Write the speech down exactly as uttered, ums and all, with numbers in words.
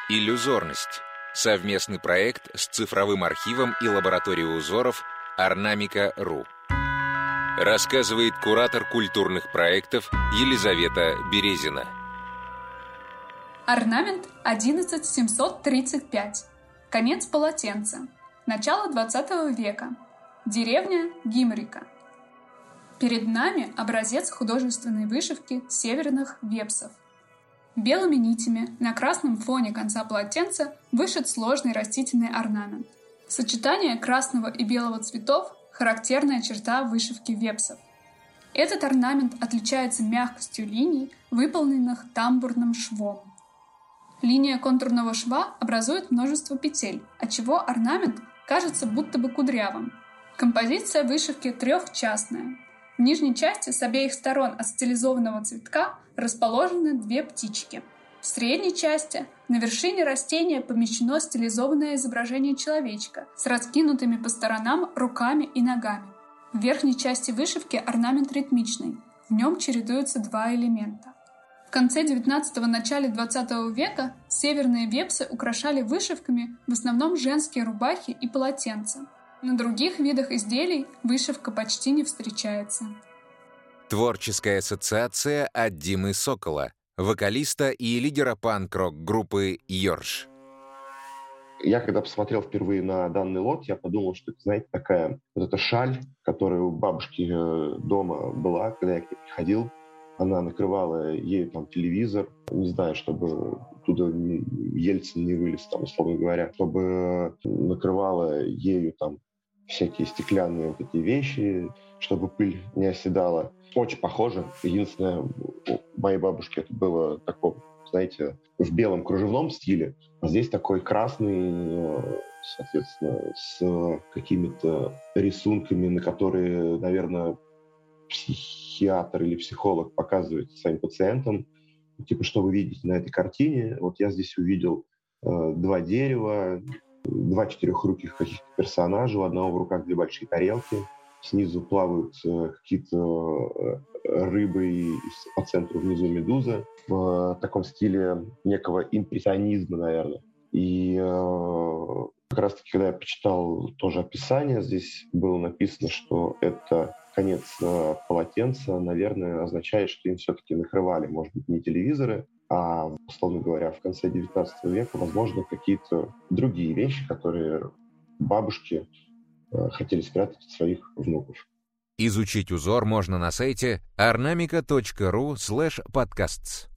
Иллюзорность. Совместный проект с цифровым архивом и лабораторией узоров Орнамика точка ру. Рассказывает куратор культурных проектов Елизавета Березина. Орнамент одиннадцать семьсот тридцать пять. Конец полотенца. Начало двадцатого века. Деревня Гимрика. Перед нами образец художественной вышивки северных вепсов. Белыми нитями на красном фоне конца полотенца вышит сложный растительный орнамент. Сочетание красного и белого цветов – характерная черта вышивки вепсов. Этот орнамент отличается мягкостью линий, выполненных тамбурным швом. Линия контурного шва образует множество петель, отчего орнамент кажется будто бы кудрявым. Композиция вышивки трехчастная. В нижней части с обеих сторон от стилизованного цветка расположены две птички. В средней части на вершине растения помещено стилизованное изображение человечка с раскинутыми по сторонам руками и ногами. В верхней части вышивки орнамент ритмичный, в нем чередуются два элемента. В конце девятнадцатого – начале двадцатого века северные вепсы украшали вышивками в основном женские рубахи и полотенца. На других видах изделий вышивка почти не встречается. Творческая ассоциация от Димы Сокола, вокалиста и лидера панк-рок группы «Йорш». Я когда посмотрел впервые на данный лот, я подумал, что это, знаете, такая вот эта шаль, которая у бабушки дома была, когда я к ней приходил. Она накрывала ею там телевизор, не знаю, чтобы туда Ельцин не вылез, там, условно говоря, чтобы накрывала ею там всякие стеклянные вот эти вещи, чтобы пыль не оседала. Очень похоже. Единственное, у моей бабушки это было такое, знаете, в белом кружевном стиле, а здесь такой красный, соответственно, с какими-то рисунками, на которые, наверное, психиатр или психолог показывает своим пациентам, типа, что вы видите на этой картине. Вот я здесь увидел э, два дерева, два четырехруких каких-то персонажа, у одного в руках две большие тарелки, снизу плавают э, какие-то э, рыбы, и по центру внизу медуза в э, таком стиле некого импрессионизма, наверное. И э, как раз-таки, когда я почитал тоже описание, здесь было написано, что это конец э, полотенца, наверное, означает, что им все-таки накрывали, может быть, не телевизоры, а, условно говоря, в конце девятнадцатого века, возможно, какие-то другие вещи, которые бабушки э, хотели спрятать от своих внуков. Изучить узор можно на сайте орнамика точка ру слэш подкастс.